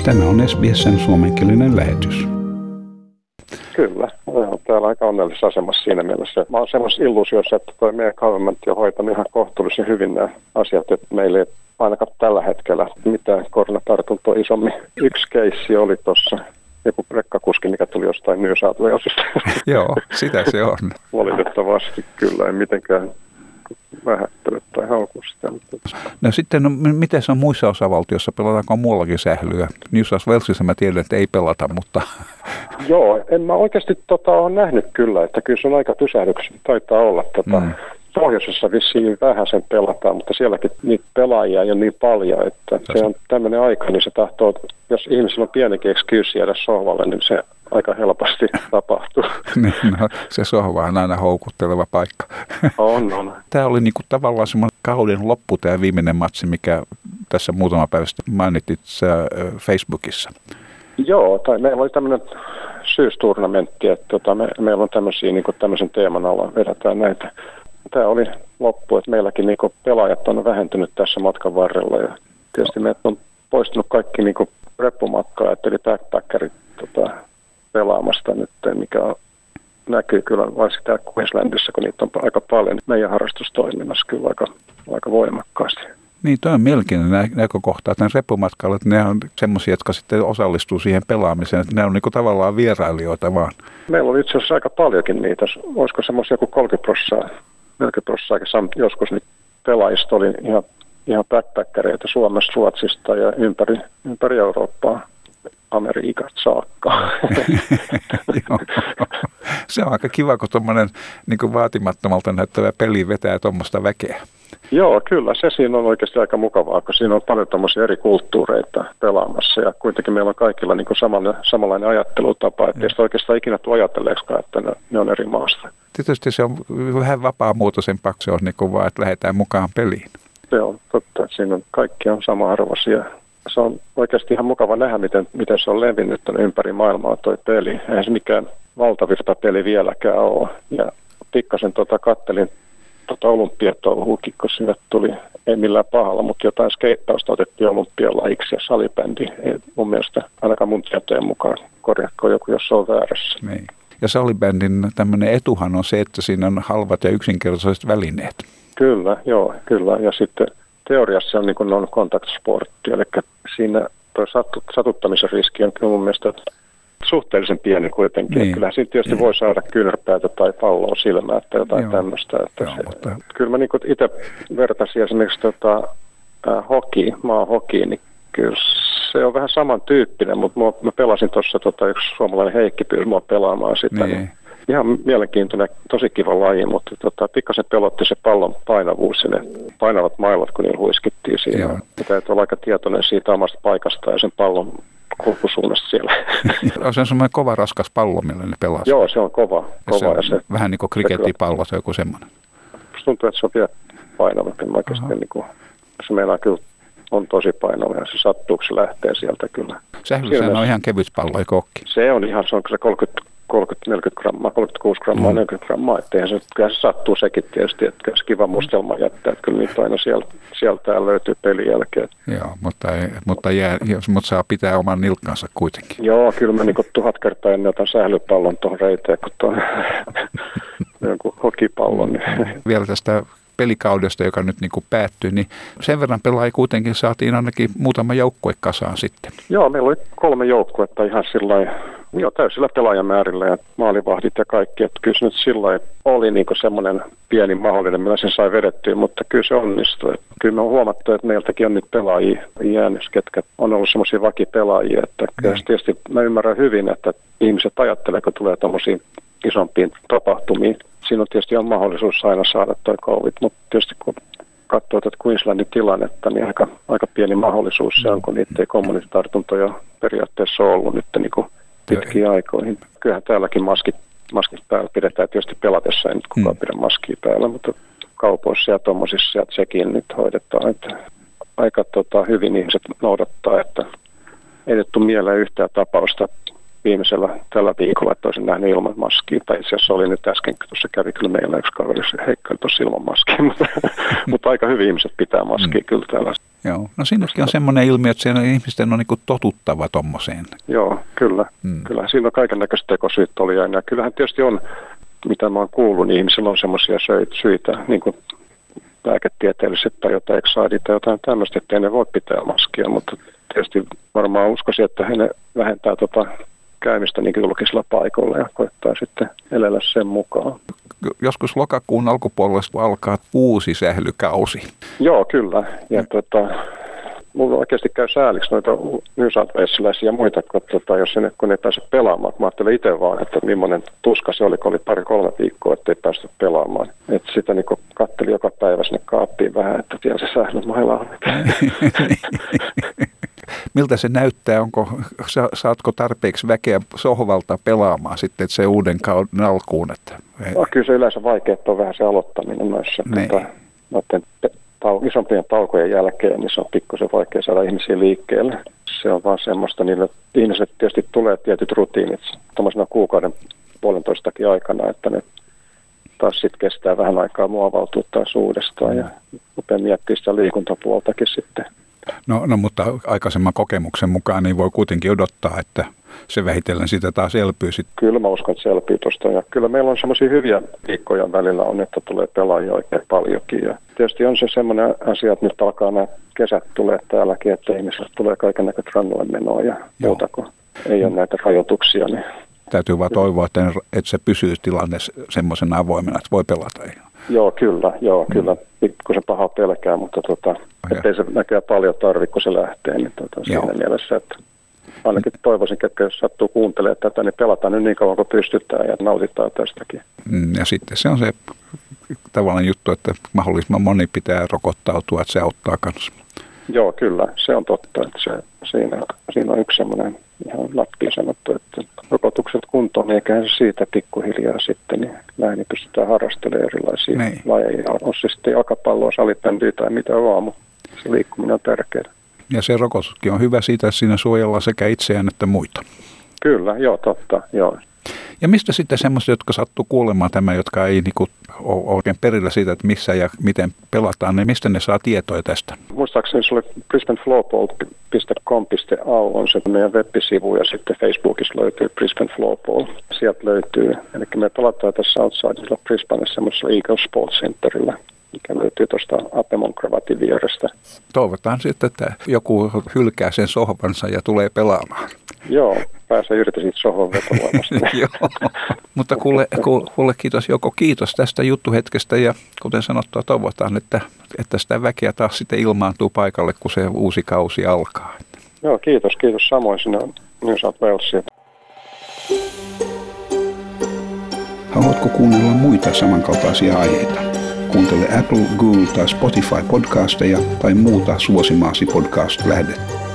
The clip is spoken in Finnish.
Tämä on SBS:n suomenkielinen lähetys. Kyllä, olen täällä aika onnellisessa asemassa siinä mielessä. Mä oon semmoisessa illuusiossa, että toi meidän governmentti on hoitanut ihan kohtuullisen hyvin nämä asiat, että meillä ei ainakaan tällä hetkellä mitään koronatartuntoa isommin. Yksi keissi oli tuossa joku rekkakuski, mikä tuli jostain New South Walesista. Joo, sitä se on. Valitettavasti kyllä, ei mitenkään vähättele tai hauku sitä. No sitten, miten se on muissa osavaltioissa? Pelataanko muuallakin sählyä? New South Walesissa mä tiedän, että ei pelata, mutta... Joo, en mä oikeasti ole nähnyt kyllä, että kyllä se on aika pysähdyksi. Taitaa olla pohjoisessa vissiin vähän sen pelataan, mutta sielläkin niitä pelaajia ei ole niin paljon, että se on tämmöinen aika, niin se tahtoo, jos ihmisillä on pienikin excuse jäädä sohvalle, niin se aika helposti tapahtuu. No, se sohva on aina houkutteleva paikka. On. Tämä oli niinku tavallaan semmoinen kauden loppu, tämä viimeinen matsi, mikä tässä muutama päivä sitten mainitit Facebookissa. Joo, tai meillä oli tämmöinen syysturnamentti, että meillä on tämmöisiä, niin tämmöisen teeman alla vedetään näitä. Tämä oli loppu, että meilläkin niin pelaajat on vähentynyt tässä matkan varrella ja tietysti meidät on poistunut kaikki niin reppumatkaa, eli backpackerit pelaamasta nyt, mikä näkyy kyllä varsinkin täällä Queenslandissa, kun niitä on aika paljon meidän harrastustoiminnassa kyllä aika voimakkaasti. Niin, toi on mielenkiintoinen näkökohta, että reppumatkalla, että ne on semmoisia, jotka sitten osallistuu siihen pelaamiseen, että ne on niinku tavallaan vierailijoita vaan. Meillä oli itse asiassa aika paljonkin niitä, olisiko semmoisia joku 40%, joskus nyt pelaajista oli ihan backpackereita Suomesta, Ruotsista ja ympäri Eurooppaa. Amerikasta saakka. Se on aika kiva, kun tuommoinen niin vaatimattomalta näyttävä peli vetää tuommoista väkeä. Joo, kyllä. Se siinä on oikeasti aika mukavaa, kun siinä on paljon tämmöisiä eri kulttuureita pelaamassa. Ja kuitenkin meillä on kaikilla niin samanlainen ajattelutapa, että ei sitä oikeastaan ikinä tule ajatelleeksikaan, että ne on eri maasta. Tietysti se on vähän vapaamuotoisempaa, se on niin vaan, että lähdetään mukaan peliin. Se on totta, että siinä on kaikki on sama-arvoisia. Se on oikeasti ihan mukava nähdä, miten se on levinnyt ympäri maailmaa toi peli. Eihän se mikään valtavirta peli vieläkään ole. Ja pikkasen kattelin olympiatouhuukin, kun sinne tuli, ei millään pahalla, mutta jotain skeittausta otettiin olympialajiksi ja salibändi. Ei mun mielestä ainakaan mun tietojen mukaan, korjatko joku, jos se on väärässä. Niin. Ja salibändin tämmöinen etuhan on se, että siinä on halvat ja yksinkertaiset välineet. Kyllä, joo, kyllä. Ja sitten teoriassa se on niin kuin non-contact-sportti, eli siinä tuo satuttamisen riski on kyllä mun mielestä suhteellisen pieni kuitenkin. Niin. Kyllähän siinä tietysti voi saada kyynärpäätä tai palloa silmää tai jotain tämmöistä. Mutta... Kyllä mä niin itse vertaisin esimerkiksi maahokiin, niin kyllä se on vähän samantyyppinen, mutta mä pelasin tuossa yksi suomalainen Heikki pyysi mua pelaamaan sitä. Niin. Ihan mielenkiintoinen, tosi kiva laji, mutta pikkasen pelotti se pallon painavuus ja ne painavat mailat, kun niillä huiskittiin siinä. Ja täytyy olla aika tietoinen siitä omasta paikasta ja sen pallon kulkusuunnasta siellä. Se on semmoinen kova, raskas pallo, millä ne pelaa. Joo, se on kova. Ja se vähän niin kuin krikettipallo, se on joku semmoinen. Tuntuu, että se on vielä painavampi. Se meinaa kyllä on tosi painava ja se sattuu, kun se lähtee sieltä kyllä. Sählysehän on ihan kevyt pallo, eikö ookin? Se on ihan, se on kyllä 30-40 grammaa, 36 grammaa, 40 grammaa, että kyllä se sattuu sekin tietysti, että se kiva mustelma jättää, että kyllä niitä aina sieltä löytyy pelin jälkeen. Joo, mutta saa pitää oman nilkkansa kuitenkin. Joo, kyllä mä 1000 kertaa ennen otan sählypallon tuohon reiteen, kun tuon jonkun hokipallon. Niin. Vielä tästä pelikaudesta, joka nyt niin kuin päättyi, niin sen verran pelaajia kuitenkin saatiin ainakin muutama joukkue kasaan sitten. Joo, meillä oli 3 joukkuetta ihan sillain, täysillä pelaajamäärillä ja maalivahdit ja kaikki, että kyllä se nyt sillain oli niin kuin semmoinen pieni mahdollinen, millä sen sai vedettyä, mutta kyllä se onnistui. Kyllä me on huomattu, että meiltäkin on nyt pelaajia jäänyt, ketkä on ollut semmoisia vakipelaajia, että tietysti mä ymmärrän hyvin, että ihmiset ajattelee, kun tulee tommosia isompiin tapahtumiin. Siinä on tietysti mahdollisuus aina saada toi COVID, mutta tietysti kun katsoo tätä Queenslandin tilannetta, niin aika pieni mahdollisuus se on, kun niitä ei kommunitartuntoja periaatteessa ole ollut nyt niin kuin pitkiin aikoihin. Kyllähän täälläkin maskit päällä pidetään tietysti pelatessa, ei nyt kukaan pidä maskia päällä, mutta kaupoissa ja tuommoisissa ja tsekin nyt hoidetaan, että aika hyvin ihmiset noudattaa, että ei nyt tule mieleen yhtään tapausta tällä viikolla, että olisin nähnyt ilman maskia. Tai itse asiassa oli nyt äsken, kun tuossa kävi kyllä meillä yksi kaveri, se heikkaili tuossa ilman maskia, mutta aika hyvin ihmiset pitää maskia kyllä tällaista. Joo. No siinäkin on semmoinen ilmiö, että siellä ihmisten on niin kuin totuttava tommoseen. Joo, kyllä. Kyllähän siinä on kaiken näköistä tekosyyttä oli aina. Ja kyllähän tietysti on, mitä mä oon kuullut, niin ihmisillä on semmoisia syitä, niin kuin lääketieteelliset tai jotain exaidit tai jotain tämmöistä, ettei ne voi pitää maskia, mutta tietysti varmaan uskoisin, että he vähentää käymistä niin julkisilla paikoilla ja koittaa sitten elellä sen mukaan. Joskus lokakuun alkupuolella alkaa uusi sählykausi. Joo, kyllä. Ja mulla oikeasti käy sääliksi noita New South Walesilaisia ja muita, kun ei pääse pelaamaan. Mä ajattelin itse vaan, että millainen tuska se oli, kun oli 2-3 viikkoa, ettei päästy pelaamaan. Että sitä niin katselin joka päivä sinne kaappiin vähän, että vielä se sählymailla on. Miltä se näyttää? Saatko tarpeeksi väkeä sohvalta pelaamaan sitten että se uuden kauden alkuun? Kyllä se yleensä vaikeaa on vähän se aloittaminen noissa. Noiden isompien taukojen jälkeen, niin se on pikkusen vaikea saada ihmisiä liikkeelle. Se on vaan semmoista, niille ihmiset tietysti tulee tietyt rutiinit tuollaisena kuukauden puolentoistakin aikana, että ne taas sitten kestää vähän aikaa muovautua taas uudestaan ja rupeaa miettimään sitä liikuntapuoltakin sitten. No, mutta aikaisemman kokemuksen mukaan niin voi kuitenkin odottaa, että se vähitellen sitä taas elpyy sitten. Kyllä mä uskon, että se elpyy tuosta. Ja kyllä meillä on semmoisia hyviä viikkoja välillä on, että tulee pelaajia oikein paljonkin. Ja tietysti on se semmoinen asia, että nyt alkaa nämä kesät tulee täälläkin, että ihmisille tulee kaikennäköistä rannoille menoa ja muuta, kun ei ole näitä rajoituksia. Niin. Täytyy vaan toivoa, että se pysyy tilanne semmoisena avoimena, että voi pelata. Joo, kyllä. Pikkusen pahaa pelkää, mutta ettei se näköjään paljon tarvitse, kun se lähtee. Niin siinä mielessä, että ainakin toivoisin, että jos sattuu kuuntelemaan tätä, niin pelataan nyt niin kauan kuin pystytään ja nautitaan tästäkin. Ja sitten se on se tavallaan juttu, että mahdollisimman moni pitää rokottautua, että se auttaa kanssa. Joo, kyllä. Se on totta. Että siinä on yksi semmoinen ihan nappiin sanottu, että rokotukset kuntoon, eiköhän se siitä pikkuhiljaa sitten, niin näin pystytään harrastelemaan erilaisia lajeja. On se sitten jalkapalloa, salibändyä tai mitä vaan, mutta se liikkuminen on tärkeää. Ja se rokotuskin on hyvä siitä, että siinä suojellaan sekä itseään että muita. Kyllä, joo, totta, joo. Ja mistä sitten semmoisia, jotka sattuu kuulemaan tämän, jotka ei ole oikein perillä siitä, että missä ja miten pelataan, niin mistä ne saa tietoja tästä? Muistaakseni se oli brisbanefloorball.com.au on se meidän web-sivu ja sitten Facebookissa löytyy Brisbane Floorball. Sieltä löytyy. Eli me pelataan tässä Outsidella Brisbanessa semmoisella Eagle Sports Centerillä, mikä löytyy tuosta Apemon Cravatin vierestä. Toivotaan sitten, että joku hylkää sen sohvansa ja tulee pelaamaan. Joo, pääsee irti siitä sohvan vetovoimasta. Joo, mutta kuule kiitos Jouko, kiitos tästä juttuhetkestä ja kuten sanottua toivotaan, että sitä väkeä taas sitten ilmaantuu paikalle, kun se uusi kausi alkaa. Joo, kiitos samoin sinne New South Walesiin. Haluatko kuunnella muita samankaltaisia aiheita? Kuuntele Apple, Google tai Spotify podcasteja tai muuta suosimaasi podcast-lähdettä.